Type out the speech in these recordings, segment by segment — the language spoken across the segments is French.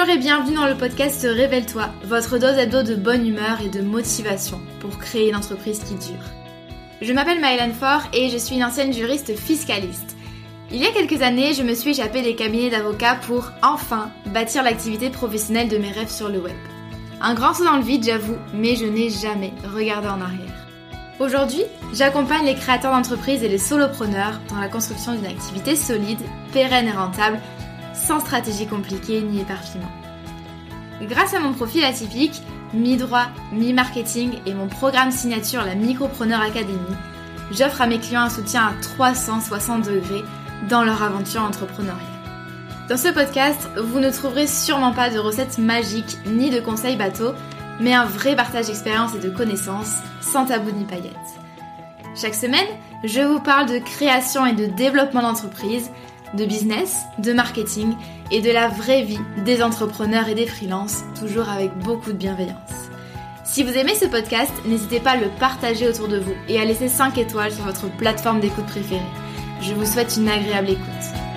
Bonjour et bienvenue dans le podcast Révèle-toi, votre dose hebdo de bonne humeur et de motivation pour créer une entreprise qui dure. Je m'appelle Maëlène Faure et je suis une ancienne juriste fiscaliste. Il y a quelques années, je me suis échappée des cabinets d'avocats pour enfin bâtir l'activité professionnelle de mes rêves sur le web. Un grand saut dans le vide, j'avoue, mais je n'ai jamais regardé en arrière. Aujourd'hui, j'accompagne les créateurs d'entreprises et les solopreneurs dans la construction d'une activité solide, pérenne et rentable, sans stratégie compliquée ni éparpillement. Grâce à mon profil atypique, mi-droit, mi-marketing et mon programme signature, la Micropreneur Academy, j'offre à mes clients un soutien à 360 degrés dans leur aventure entrepreneuriale. Dans ce podcast, vous ne trouverez sûrement pas de recettes magiques ni de conseils bateaux, mais un vrai partage d'expériences et de connaissances, sans tabou ni paillettes. Chaque semaine, je vous parle de création et de développement d'entreprise, de business, de marketing et de la vraie vie des entrepreneurs et des freelances, toujours avec beaucoup de bienveillance. Si vous aimez ce podcast, n'hésitez pas à le partager autour de vous et à laisser 5 étoiles sur votre plateforme d'écoute préférée. Je vous souhaite une agréable écoute.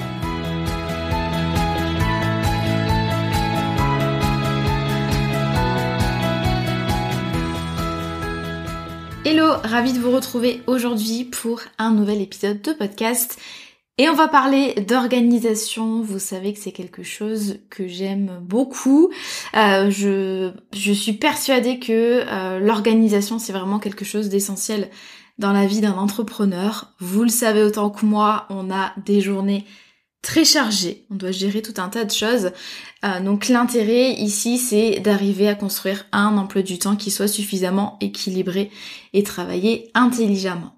Hello, ravie de vous retrouver aujourd'hui pour un nouvel épisode de podcast. Et on va parler d'organisation. Vous savez que c'est quelque chose que j'aime beaucoup. Je suis persuadée que l'organisation, c'est vraiment quelque chose d'essentiel dans la vie d'un entrepreneur. Vous le savez autant que moi, on a des journées très chargées. On doit gérer tout un tas de choses. Donc l'intérêt ici, c'est d'arriver à construire un emploi du temps qui soit suffisamment équilibré et travailler intelligemment.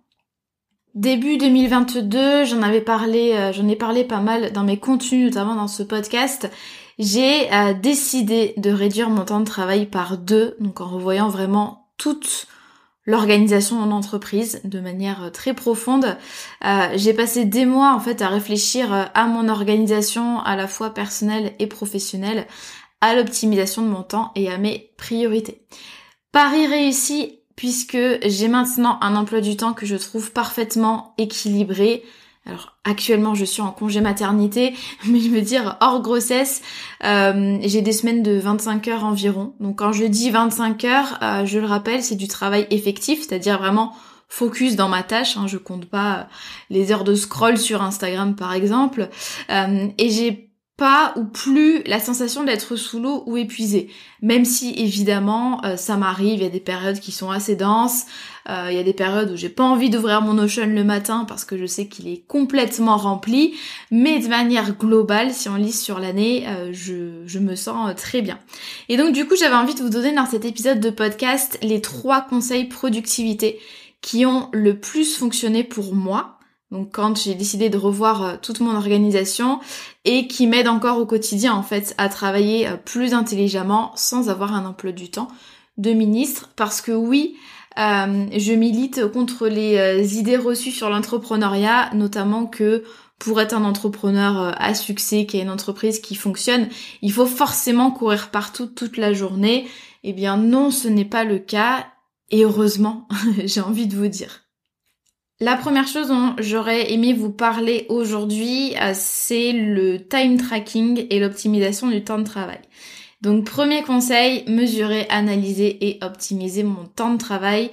Début 2022, j'en ai parlé pas mal dans mes contenus, notamment dans ce podcast. J'ai décidé de réduire mon temps de travail par 2, donc en revoyant vraiment toute l'organisation en entreprise de manière très profonde. J'ai passé des mois en fait à réfléchir à mon organisation à la fois personnelle et professionnelle, à l'optimisation de mon temps et à mes priorités. Pari réussi, puisque j'ai maintenant un emploi du temps que je trouve parfaitement équilibré. Alors actuellement je suis en congé maternité, mais je veux dire hors grossesse, j'ai des semaines de 25 heures environ. Donc quand je dis 25 heures, je le rappelle, c'est du travail effectif, c'est-à-dire vraiment focus dans ma tâche, je compte pas les heures de scroll sur Instagram par exemple, et j'ai pas ou plus la sensation d'être sous l'eau ou épuisée. Même si évidemment ça m'arrive, il y a des périodes qui sont assez denses, il y a des périodes où j'ai pas envie d'ouvrir mon Notion le matin parce que je sais qu'il est complètement rempli, mais de manière globale, si on lise sur l'année, je me sens très bien. Et donc du coup j'avais envie de vous donner dans cet épisode de podcast les 3 conseils productivité qui ont le plus fonctionné pour moi. Donc quand j'ai décidé de revoir toute mon organisation et qui m'aide encore au quotidien en fait à travailler plus intelligemment sans avoir un emploi du temps de ministre, parce que oui, je milite contre les idées reçues sur l'entrepreneuriat, notamment que pour être un entrepreneur à succès, qui a une entreprise qui fonctionne, il faut forcément courir partout toute la journée. Eh bien non, ce n'est pas le cas, et heureusement, j'ai envie de vous dire. La première chose dont j'aurais aimé vous parler aujourd'hui, c'est le time tracking et l'optimisation du temps de travail. Donc premier conseil, mesurer, analyser et optimiser mon temps de travail.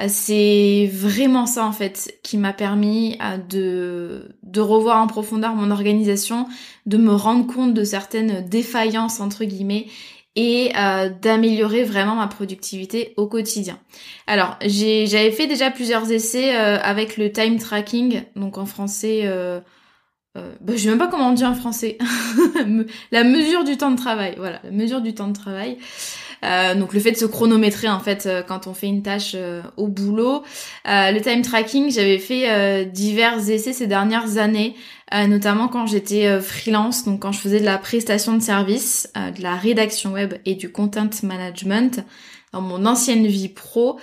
C'est vraiment ça en fait qui m'a permis de revoir en profondeur mon organisation, de me rendre compte de certaines défaillances entre guillemets et d'améliorer vraiment ma productivité au quotidien. Alors, j'avais fait déjà plusieurs essais avec le time tracking, donc en français, je sais même pas comment on dit en français, la mesure du temps de travail, voilà, la mesure du temps de travail. Donc le fait de se chronométrer en fait quand on fait une tâche au boulot. Le time tracking, j'avais fait divers essais ces dernières années, notamment quand j'étais freelance, donc quand je faisais de la prestation de service, de la rédaction web et du content management dans mon ancienne vie pro.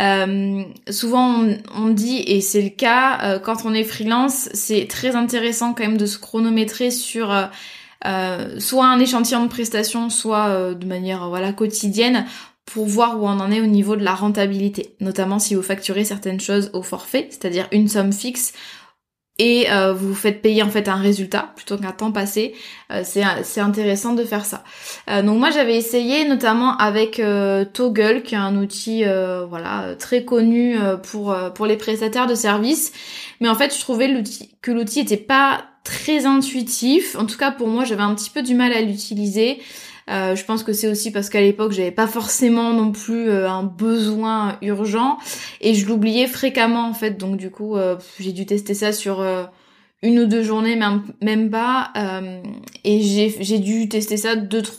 Souvent on dit, et c'est le cas, quand on est freelance, c'est très intéressant quand même de se chronométrer sur soit un échantillon de prestations, soit de manière quotidienne, pour voir où on en est au niveau de la rentabilité, notamment si vous facturez certaines choses au forfait, c'est-à-dire une somme fixe, et vous vous faites payer en fait un résultat plutôt qu'un temps passé. C'est intéressant de faire ça. Donc moi j'avais essayé notamment avec Toggle, qui est un outil très connu pour les prestataires de services, mais en fait je trouvais que l'outil était pas très intuitif. En tout cas pour moi, j'avais un petit peu du mal à l'utiliser. Je pense que c'est aussi parce qu'à l'époque j'avais pas forcément non plus un besoin urgent et je l'oubliais fréquemment en fait, donc du coup j'ai dû tester ça sur 1 ou 2 journées, même pas, et j'ai dû tester ça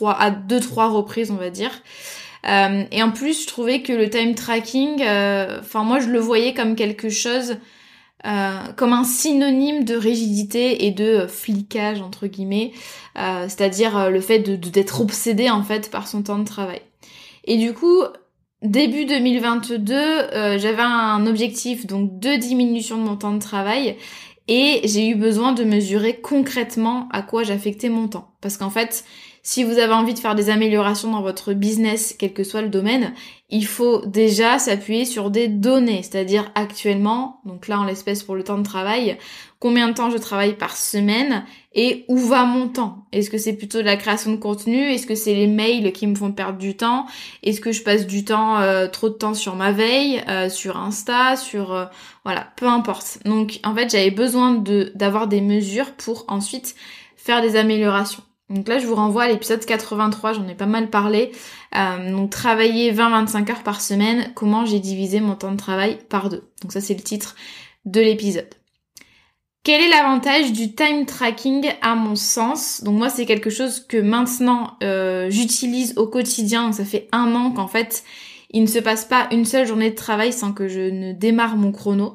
2-3 reprises on va dire. Et en plus je trouvais que le time tracking, moi je le voyais comme quelque chose, comme un synonyme de rigidité et de flicage entre guillemets, c'est-à-dire le fait d'être obsédé en fait par son temps de travail. Et du coup, début 2022, j'avais un objectif donc de diminution de mon temps de travail et j'ai eu besoin de mesurer concrètement à quoi j'affectais mon temps. Parce qu'en fait, si vous avez envie de faire des améliorations dans votre business, quel que soit le domaine, il faut déjà s'appuyer sur des données, c'est-à-dire actuellement, donc là en l'espèce pour le temps de travail, combien de temps je travaille par semaine et où va mon temps. Est-ce que c'est plutôt de la création de contenu? Est-ce que c'est les mails qui me font perdre du temps? Est-ce que je passe du temps, trop de temps sur ma veille, sur Insta, peu importe. Donc en fait j'avais besoin d'avoir des mesures pour ensuite faire des améliorations. Donc là, je vous renvoie à l'épisode 83, j'en ai pas mal parlé. Donc travailler 20-25 heures par semaine, comment j'ai divisé mon temps de travail par 2. Donc ça, c'est le titre de l'épisode. Quel est l'avantage du time tracking à mon sens? Donc moi, c'est quelque chose que maintenant, j'utilise au quotidien. Donc ça fait 1 an qu'en fait, il ne se passe pas une seule journée de travail sans que je ne démarre mon chrono.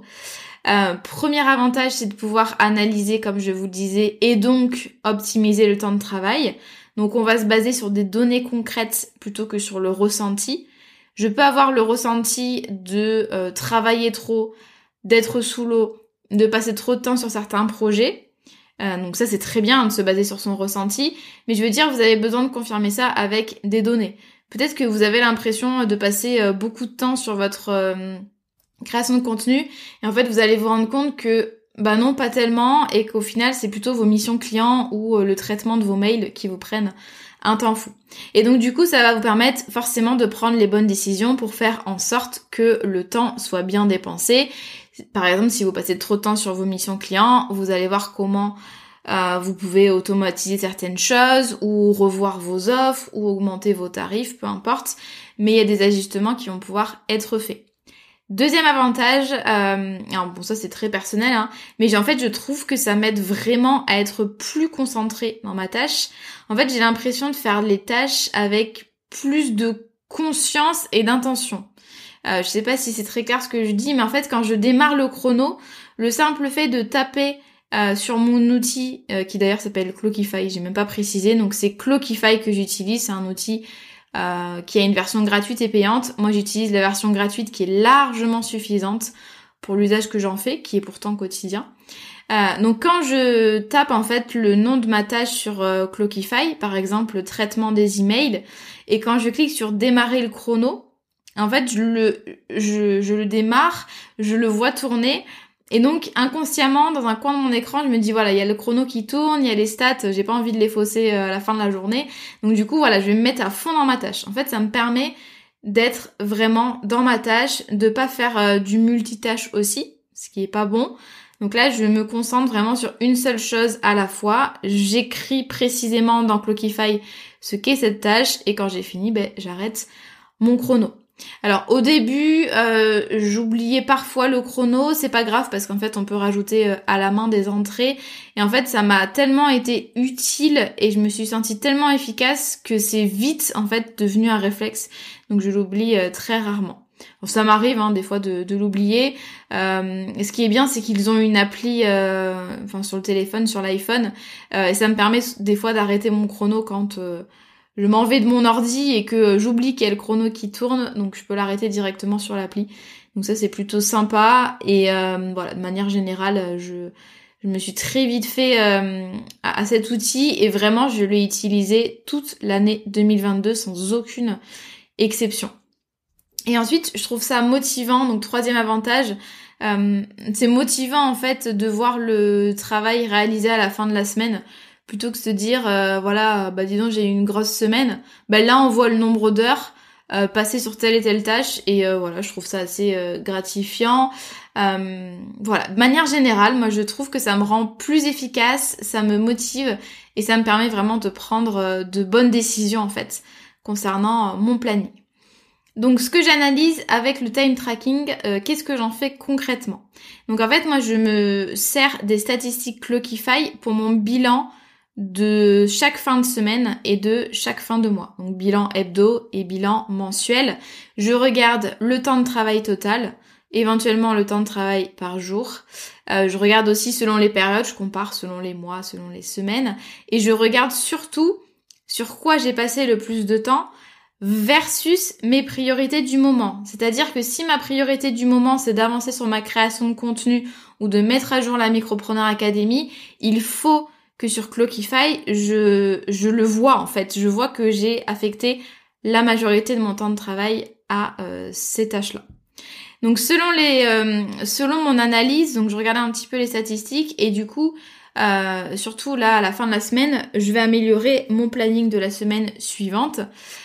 Premier avantage, c'est de pouvoir analyser, comme je vous le disais, et donc optimiser le temps de travail. Donc on va se baser sur des données concrètes plutôt que sur le ressenti. Je peux avoir le ressenti de travailler trop, d'être sous l'eau, de passer trop de temps sur certains projets. Donc ça c'est très bien de se baser sur son ressenti, mais je veux dire vous avez besoin de confirmer ça avec des données. Peut-être que vous avez l'impression de passer beaucoup de temps sur votre création de contenu et en fait vous allez vous rendre compte que non, pas tellement, et qu'au final c'est plutôt vos missions clients ou le traitement de vos mails qui vous prennent un temps fou. Et donc du coup ça va vous permettre forcément de prendre les bonnes décisions pour faire en sorte que le temps soit bien dépensé. Par exemple, si vous passez trop de temps sur vos missions clients, vous allez voir comment vous pouvez automatiser certaines choses ou revoir vos offres ou augmenter vos tarifs, peu importe, mais il y a des ajustements qui vont pouvoir être faits. Deuxième avantage, alors bon ça c'est très personnel, mais je trouve que ça m'aide vraiment à être plus concentrée dans ma tâche. En fait j'ai l'impression de faire les tâches avec plus de conscience et d'intention. Je sais pas si c'est très clair ce que je dis, mais en fait quand je démarre le chrono, le simple fait de taper sur mon outil, qui d'ailleurs s'appelle Clockify, j'ai même pas précisé, donc c'est Clockify que j'utilise, c'est un outil qui a une version gratuite et payante. Moi j'utilise la version gratuite qui est largement suffisante pour l'usage que j'en fais, qui est pourtant quotidien. Donc quand je tape en fait le nom de ma tâche sur Clockify, par exemple le traitement des emails, et quand je clique sur démarrer le chrono, en fait je le démarre, je le vois tourner. Et donc, inconsciemment, dans un coin de mon écran, je me dis, voilà, il y a le chrono qui tourne, il y a les stats, j'ai pas envie de les fausser à la fin de la journée. Donc du coup, voilà, je vais me mettre à fond dans ma tâche. En fait, ça me permet d'être vraiment dans ma tâche, de pas faire du multitâche aussi, ce qui est pas bon. Donc là, je me concentre vraiment sur une seule chose à la fois. J'écris précisément dans Clockify ce qu'est cette tâche, et quand j'ai fini, j'arrête mon chrono. Alors au début, j'oubliais parfois le chrono, c'est pas grave parce qu'en fait on peut rajouter à la main des entrées, et en fait ça m'a tellement été utile et je me suis sentie tellement efficace que c'est vite en fait devenu un réflexe, donc je l'oublie très rarement. Bon, ça m'arrive des fois de l'oublier. Ce qui est bien, c'est qu'ils ont une appli sur le téléphone, sur l'iPhone, et ça me permet des fois d'arrêter mon chrono quand je m'en vais de mon ordi et que j'oublie qu'il y a le chrono qui tourne, donc je peux l'arrêter directement sur l'appli. Donc ça c'est plutôt sympa, et de manière générale, je me suis très vite fait à cet outil, et vraiment je l'ai utilisé toute l'année 2022 sans aucune exception. Et ensuite, je trouve ça motivant, donc troisième avantage, C'est motivant en fait de voir le travail réalisé à la fin de la semaine, plutôt que de se dire voilà, dis donc j'ai eu une grosse semaine. Là on voit le nombre d'heures passer sur telle et telle tâche et voilà, je trouve ça assez gratifiant. Voilà, de manière générale, moi je trouve que ça me rend plus efficace, ça me motive et ça me permet vraiment de prendre de bonnes décisions en fait concernant mon planning. Donc ce que j'analyse avec le time tracking, qu'est-ce que j'en fais concrètement? Donc en fait moi je me sers des statistiques Clockify pour mon bilan de chaque fin de semaine et de chaque fin de mois. Donc bilan hebdo et bilan mensuel. Je regarde le temps de travail total, éventuellement le temps de travail par jour. Je regarde aussi selon les périodes, je compare selon les mois, selon les semaines. Et je regarde surtout sur quoi j'ai passé le plus de temps versus mes priorités du moment. C'est-à-dire que si ma priorité du moment, c'est d'avancer sur ma création de contenu ou de mettre à jour la Micropreneur Academy, il faut que sur Clockify, je le vois en fait. Je vois que j'ai affecté la majorité de mon temps de travail à ces tâches-là. Donc selon mon analyse, donc je regardais un petit peu les statistiques et du coup, surtout là à la fin de la semaine, je vais améliorer mon planning de la semaine suivante.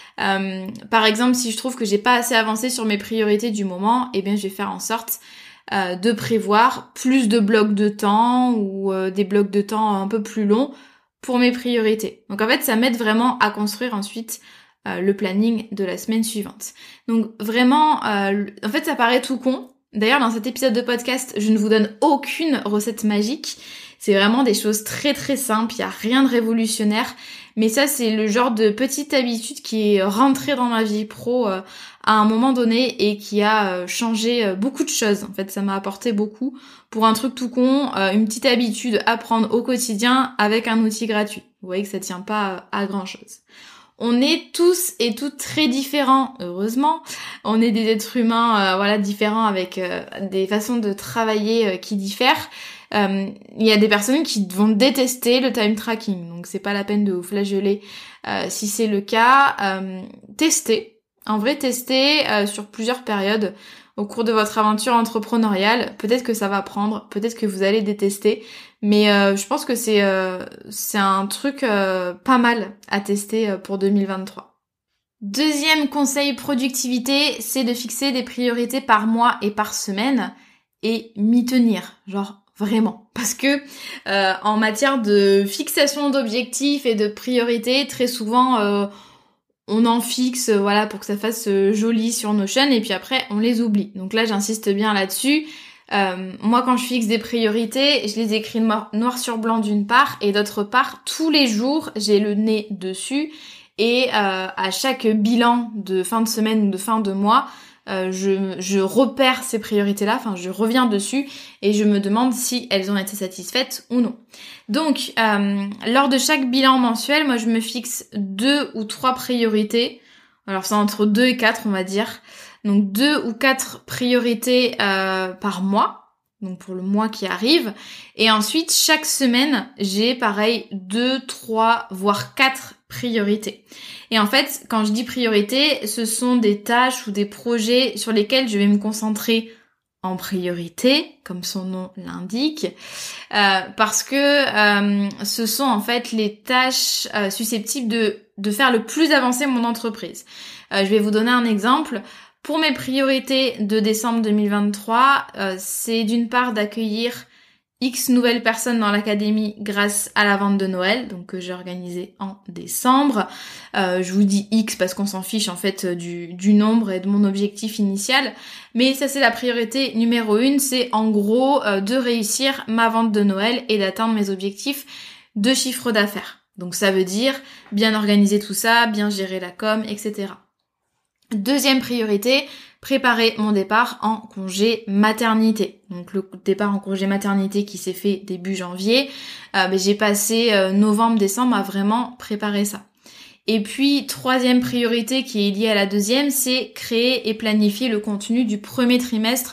Par exemple, si je trouve que j'ai pas assez avancé sur mes priorités du moment, je vais faire en sorte de prévoir plus de blocs de temps ou des blocs de temps un peu plus longs pour mes priorités. Donc en fait, ça m'aide vraiment à construire ensuite le planning de la semaine suivante. Donc vraiment, en fait, ça paraît tout con. D'ailleurs, dans cet épisode de podcast, je ne vous donne aucune recette magique. C'est vraiment des choses très très simples, il n'y a rien de révolutionnaire. Mais ça, c'est le genre de petite habitude qui est rentrée dans ma vie pro à un moment donné et qui a changé beaucoup de choses. En fait, ça m'a apporté beaucoup pour un truc tout con, une petite habitude à prendre au quotidien avec un outil gratuit. Vous voyez que ça tient pas à grand chose. On est tous et toutes très différents, heureusement. On est des êtres humains différents avec des façons de travailler qui diffèrent. Il y a des personnes qui vont détester le time tracking, donc c'est pas la peine de vous flageller si c'est le cas. Testez, en vrai testez sur plusieurs périodes au cours de votre aventure entrepreneuriale. Peut-être que ça va prendre, peut-être que vous allez détester, mais je pense que c'est un truc pas mal à tester pour 2023. Deuxième conseil productivité, c'est de fixer des priorités par mois et par semaine et m'y tenir, vraiment. Parce que en matière de fixation d'objectifs et de priorités, très souvent on en fixe pour que ça fasse joli sur Notion et puis après on les oublie. Donc là j'insiste bien là-dessus. Moi quand je fixe des priorités, je les écris noir sur blanc d'une part et d'autre part tous les jours j'ai le nez dessus et à chaque bilan de fin de semaine ou de fin de mois, je repère ces priorités-là, je reviens dessus et je me demande si elles ont été satisfaites ou non. Donc, lors de chaque bilan mensuel, moi je me fixe 2 ou 3 priorités. Alors c'est entre 2 et 4 on va dire. Donc 2 ou 4 priorités par mois, donc pour le mois qui arrive. Et ensuite, chaque semaine, j'ai pareil 2, 3, voire 4 priorités. Et en fait, quand je dis priorité, ce sont des tâches ou des projets sur lesquels je vais me concentrer en priorité, comme son nom l'indique, parce que ce sont en fait les tâches susceptibles de faire le plus avancer mon entreprise. Je vais vous donner un exemple. Pour mes priorités de décembre 2023, c'est d'une part d'accueillir X nouvelles personnes dans l'académie grâce à la vente de Noël, donc que j'ai organisée en décembre. Je vous dis X parce qu'on s'en fiche en fait du nombre et de mon objectif initial, mais ça c'est la priorité numéro 1, c'est en gros de réussir ma vente de Noël et d'atteindre mes objectifs de chiffre d'affaires. Donc ça veut dire bien organiser tout ça, bien gérer la com, etc. Deuxième priorité, préparer mon départ en congé maternité. Donc le départ en congé maternité qui s'est fait début janvier, j'ai passé novembre-décembre à vraiment préparer ça. Et puis troisième priorité qui est liée à la deuxième, c'est créer et planifier le contenu du premier trimestre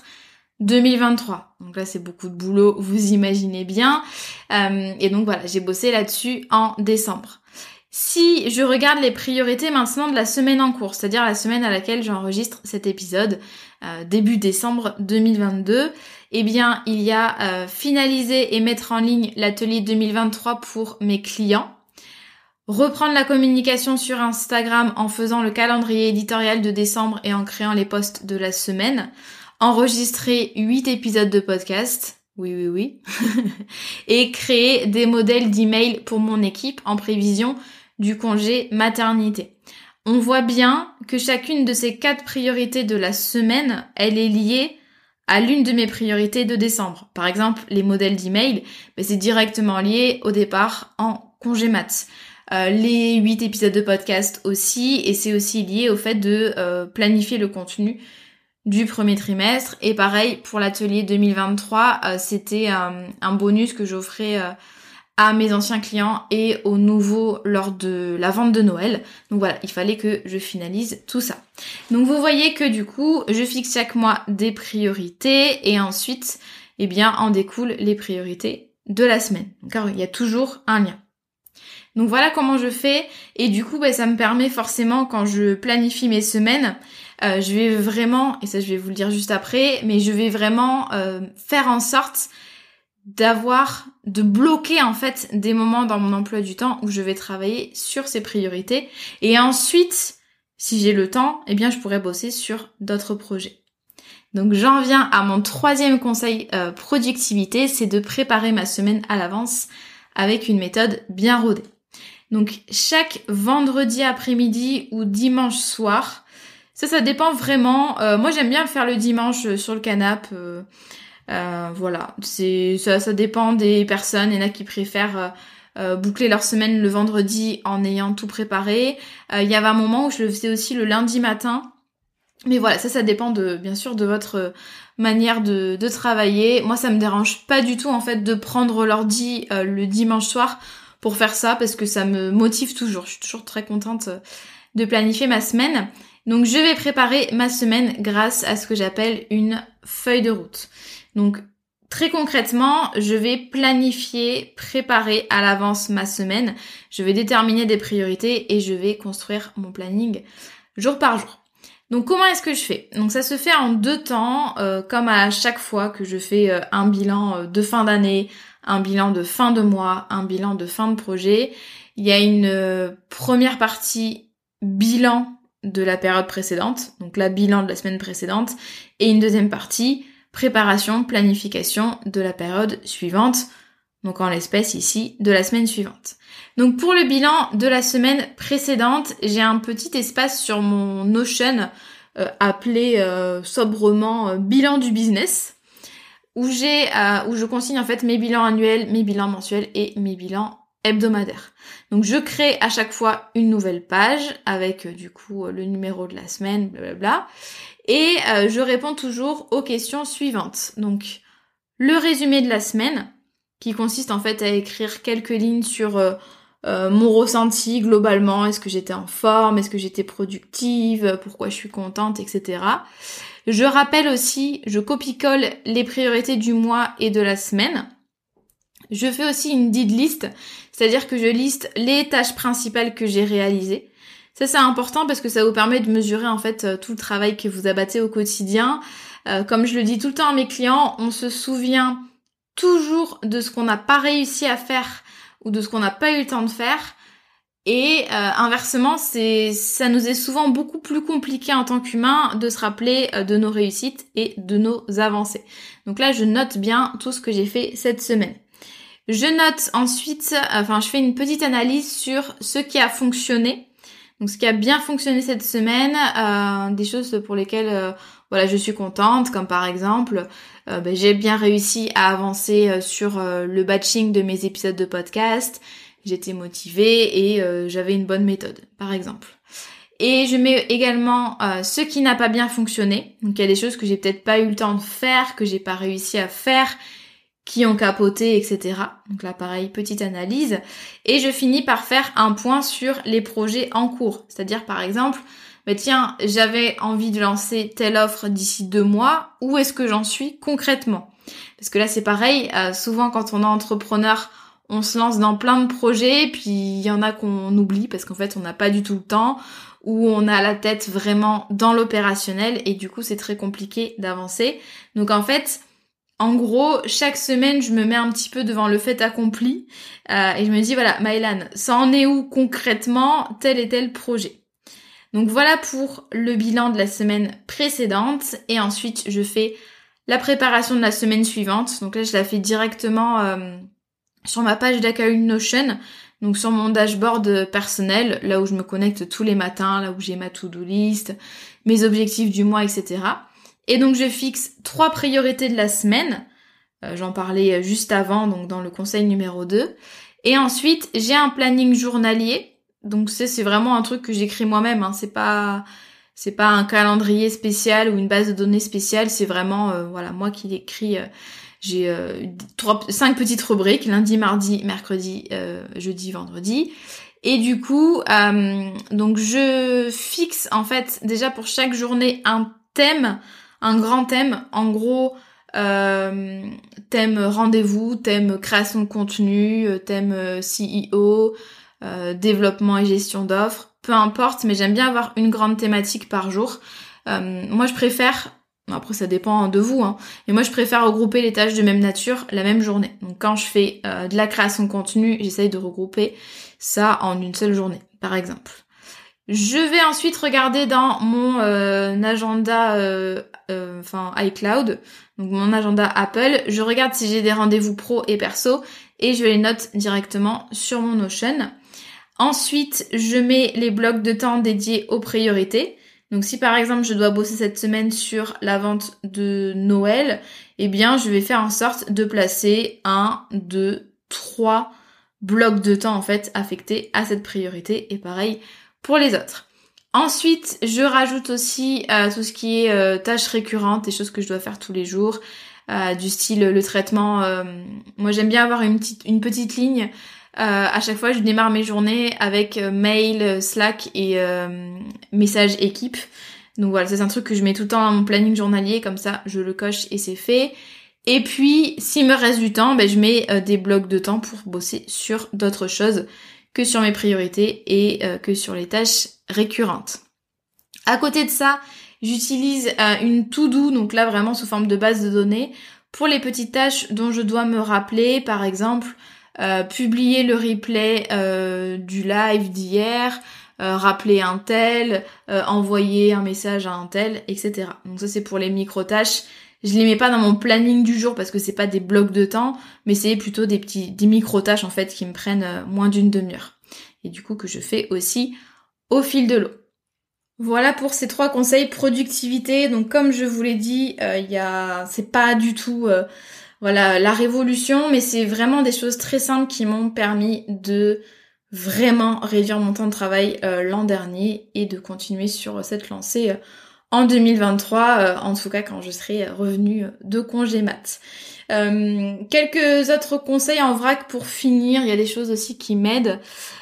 2023. Donc là c'est beaucoup de boulot, vous imaginez bien. Et donc voilà, j'ai bossé là-dessus en décembre. Si je regarde les priorités maintenant de la semaine en cours, c'est-à-dire la semaine à laquelle j'enregistre cet épisode, début décembre 2022, eh bien, il y a finaliser et mettre en ligne l'atelier 2023 pour mes clients. Reprendre la communication sur Instagram en faisant le calendrier éditorial de décembre et en créant les posts de la semaine. Enregistrer 8 épisodes de podcast. Oui. Et créer des modèles d'email pour mon équipe en prévision du congé maternité. On voit bien que chacune de ces 4 priorités de la semaine, elle est liée à l'une de mes priorités de décembre. Par exemple, les modèles d'email, c'est directement lié au départ en congé mat. Les 8 épisodes de podcast aussi, et c'est aussi lié au fait de planifier le contenu du premier trimestre. Et pareil, pour l'atelier 2023, c'était un bonus que j'offrais à mes anciens clients et aux nouveaux lors de la vente de Noël. Donc voilà, il fallait que je finalise tout ça. Donc vous voyez que du coup, je fixe chaque mois des priorités et ensuite, en découlent les priorités de la semaine. Car il y a toujours un lien. Donc voilà comment je fais et du coup ça me permet forcément quand je planifie mes semaines, je vais vraiment, et ça je vais vous le dire juste après, mais je vais vraiment faire en sorte de bloquer en fait des moments dans mon emploi du temps où je vais travailler sur ces priorités et ensuite, si j'ai le temps, je pourrais bosser sur d'autres projets. Donc j'en viens à mon 3e conseil productivité, c'est de préparer ma semaine à l'avance avec une méthode bien rodée. Donc chaque vendredi après-midi ou dimanche soir, ça dépend vraiment. Moi j'aime bien le faire le dimanche sur le canapé. Voilà, ça dépend des personnes. Il y en a qui préfèrent boucler leur semaine le vendredi en ayant tout préparé. Il y avait un moment où je le faisais aussi le lundi matin. Mais voilà, ça dépend bien sûr de votre manière de travailler. Moi ça me dérange pas du tout en fait de prendre l'ordi le dimanche soir pour faire ça parce que ça me motive toujours. Je suis toujours très contente de planifier ma semaine. Donc je vais préparer ma semaine grâce à ce que j'appelle une feuille de route. Donc très concrètement, je vais préparer à l'avance ma semaine. Je vais déterminer des priorités et je vais construire mon planning jour par jour. Donc comment est-ce que je fais ? Donc ça se fait en 2 temps, comme à chaque fois que je fais un bilan de fin d'année, un bilan de fin de mois, un bilan de fin de projet. Il y a une première partie bilan de la période précédente, donc la bilan de la semaine précédente, et une deuxième partie préparation, planification de la période suivante, donc en l'espèce ici de la semaine suivante. Donc pour le bilan de la semaine précédente, j'ai un petit espace sur mon Notion appelé sobrement bilan du business, où je consigne en fait mes bilans annuels, mes bilans mensuels et mes bilans hebdomadaires. Donc je crée à chaque fois une nouvelle page avec du coup le numéro de la semaine, blablabla, et je réponds toujours aux questions suivantes. Donc le résumé de la semaine, qui consiste en fait à écrire quelques lignes sur mon ressenti globalement, est-ce que j'étais en forme, est-ce que j'étais productive, pourquoi je suis contente, etc. Je rappelle aussi, je copie-colle les priorités du mois et de la semaine. Je fais aussi une did list, c'est-à-dire que je liste les tâches principales que j'ai réalisées. Ça c'est important parce que ça vous permet de mesurer en fait tout le travail que vous abattez au quotidien. Comme je le dis tout le temps à mes clients, on se souvient toujours de ce qu'on n'a pas réussi à faire ou de ce qu'on n'a pas eu le temps de faire. Et inversement, ça nous est souvent beaucoup plus compliqué en tant qu'humain de se rappeler de nos réussites et de nos avancées. Donc là, je note bien tout ce que j'ai fait cette semaine. Je note ensuite, je fais une petite analyse sur ce qui a fonctionné. Donc ce qui a bien fonctionné cette semaine, des choses pour lesquelles je suis contente, comme par exemple, j'ai bien réussi à avancer sur le batching de mes épisodes de podcast. J'étais motivée et j'avais une bonne méthode, par exemple. Et je mets également ce qui n'a pas bien fonctionné. Donc il y a des choses que j'ai peut-être pas eu le temps de faire, que j'ai pas réussi à faire, qui ont capoté, etc. Donc là, pareil, petite analyse. Et je finis par faire un point sur les projets en cours. C'est-à-dire, par exemple, j'avais envie de lancer telle offre d'ici 2 mois. Où est-ce que j'en suis concrètement ? Parce que là, c'est pareil. Souvent, quand on est entrepreneur, on se lance dans plein de projets, puis il y en a qu'on oublie parce qu'en fait, on n'a pas du tout le temps, ou on a la tête vraiment dans l'opérationnel, et du coup, c'est très compliqué d'avancer. Donc en fait, En gros, chaque semaine, je me mets un petit peu devant le fait accompli et je me dis, voilà, Maëlan, ça en est où concrètement tel et tel projet? Donc voilà pour le bilan de la semaine précédente et ensuite je fais la préparation de la semaine suivante. Donc là, je la fais directement sur ma page d'accueil Notion, donc sur mon dashboard personnel, là où je me connecte tous les matins, là où j'ai ma to-do list, mes objectifs du mois, etc. Et donc je fixe 3 priorités de la semaine. J'en parlais juste avant, donc dans le conseil numéro 2. Et ensuite, j'ai un planning journalier. Donc c'est vraiment un truc que j'écris moi-même, hein. C'est pas un calendrier spécial ou une base de données spéciale, c'est vraiment voilà, moi qui l'écris. J'ai 5 petites rubriques, lundi, mardi, mercredi, jeudi, vendredi. Et du coup, donc je fixe en fait déjà pour chaque journée un thème, un grand thème, en gros thème rendez-vous, thème création de contenu, thème CEO, développement et gestion d'offres, peu importe, mais j'aime bien avoir une grande thématique par jour. Moi je préfère, après ça dépend de vous, hein, mais moi je préfère regrouper les tâches de même nature la même journée. Donc quand je fais de la création de contenu, j'essaye de regrouper ça en une seule journée, par exemple. Je vais ensuite regarder dans mon agenda iCloud, donc mon agenda Apple. Je regarde si j'ai des rendez-vous pro et perso et je les note directement sur mon Notion. Ensuite, je mets les blocs de temps dédiés aux priorités. Donc si par exemple je dois bosser cette semaine sur la vente de Noël, eh bien je vais faire en sorte de placer 1, 2, 3 blocs de temps en fait affectés à cette priorité et pareil pour les autres. Ensuite, je rajoute aussi tout ce qui est tâches récurrentes, des choses que je dois faire tous les jours, du style le traitement. Moi, j'aime bien avoir une petite ligne. À chaque fois, je démarre mes journées avec mail, Slack et message équipe. Donc voilà, c'est un truc que je mets tout le temps dans mon planning journalier, comme ça, je le coche et c'est fait. Et puis, s'il me reste du temps, je mets des blocs de temps pour bosser sur d'autres choses que sur mes priorités et que sur les tâches récurrentes. À côté de ça, j'utilise une to-do, donc là vraiment sous forme de base de données, pour les petites tâches dont je dois me rappeler, par exemple, publier le replay du live d'hier, rappeler un tel, envoyer un message à un tel, etc. Donc ça c'est pour les micro-tâches. Je les mets pas dans mon planning du jour parce que c'est pas des blocs de temps, mais c'est plutôt des micro-tâches en fait qui me prennent moins d'une demi-heure. Et du coup que je fais aussi au fil de l'eau. Voilà pour ces 3 conseils productivité. Donc comme je vous l'ai dit, c'est pas du tout la révolution, mais c'est vraiment des choses très simples qui m'ont permis de vraiment réduire mon temps de travail l'an dernier et de continuer sur cette lancée en 2023, en tout cas quand je serai revenue de congé mat. Quelques autres conseils en vrac pour finir, il y a des choses aussi qui m'aident,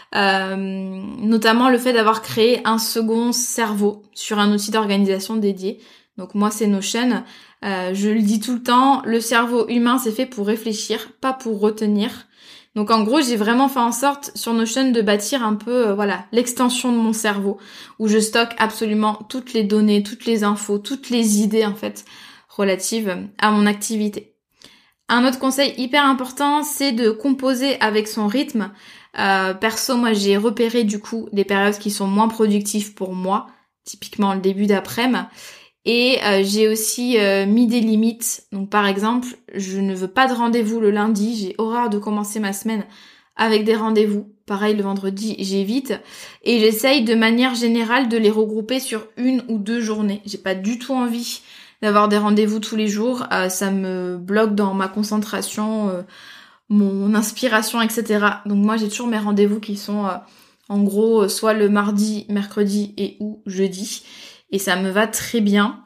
notamment le fait d'avoir créé un second cerveau sur un outil d'organisation dédié. Donc moi c'est Notion, je le dis tout le temps, le cerveau humain c'est fait pour réfléchir, pas pour retenir. Donc en gros, j'ai vraiment fait en sorte sur Notion de bâtir un peu l'extension de mon cerveau où je stocke absolument toutes les données, toutes les infos, toutes les idées en fait relatives à mon activité. Un autre conseil hyper important, c'est de composer avec son rythme. Perso, moi j'ai repéré du coup des périodes qui sont moins productives pour moi, typiquement le début d'après-midi. Et j'ai aussi mis des limites. Donc par exemple, je ne veux pas de rendez-vous le lundi. J'ai horreur de commencer ma semaine avec des rendez-vous. Pareil, le vendredi, j'évite. Et j'essaye de manière générale de les regrouper sur 1 ou 2 journées. J'ai pas du tout envie d'avoir des rendez-vous tous les jours. Ça me bloque dans ma concentration, mon inspiration, etc. Donc moi, j'ai toujours mes rendez-vous qui sont en gros soit le mardi, mercredi et ou jeudi. Et ça me va très bien.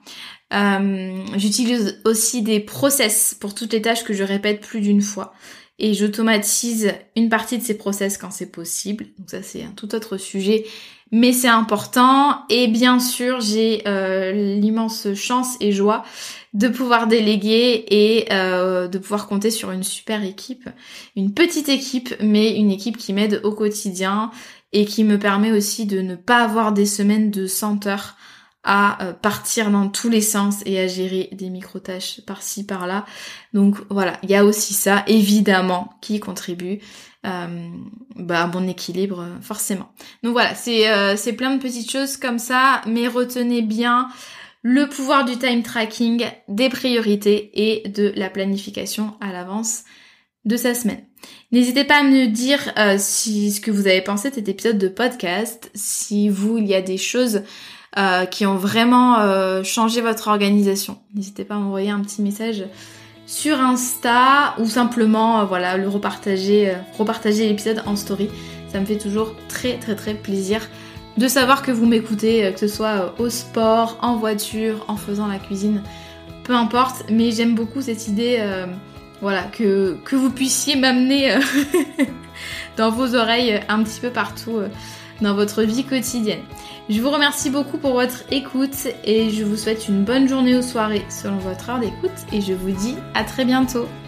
J'utilise aussi des process pour toutes les tâches que je répète plus d'une fois. Et j'automatise une partie de ces process quand c'est possible. Donc ça c'est un tout autre sujet, mais c'est important. Et bien sûr, j'ai l'immense chance et joie de pouvoir déléguer et de pouvoir compter sur une super équipe. Une petite équipe, mais une équipe qui m'aide au quotidien et qui me permet aussi de ne pas avoir des semaines de 100 heures à partir dans tous les sens et à gérer des micro-tâches par-ci, par-là. Donc voilà, il y a aussi ça, évidemment, qui contribue à mon équilibre, forcément. Donc voilà, c'est plein de petites choses comme ça, mais retenez bien le pouvoir du time tracking, des priorités et de la planification à l'avance de sa semaine. N'hésitez pas à me dire ce que vous avez pensé de cet épisode de podcast, si il y a des choses qui ont vraiment changé votre organisation. N'hésitez pas à m'envoyer un petit message sur Insta ou simplement le repartager l'épisode en story. Ça me fait toujours très très très plaisir de savoir que vous m'écoutez, que ce soit au sport, en voiture, en faisant la cuisine, peu importe, mais j'aime beaucoup cette idée que vous puissiez m'amener dans vos oreilles un petit peu partout dans votre vie quotidienne. Je vous remercie beaucoup pour votre écoute et je vous souhaite une bonne journée ou soirée selon votre heure d'écoute et je vous dis à très bientôt.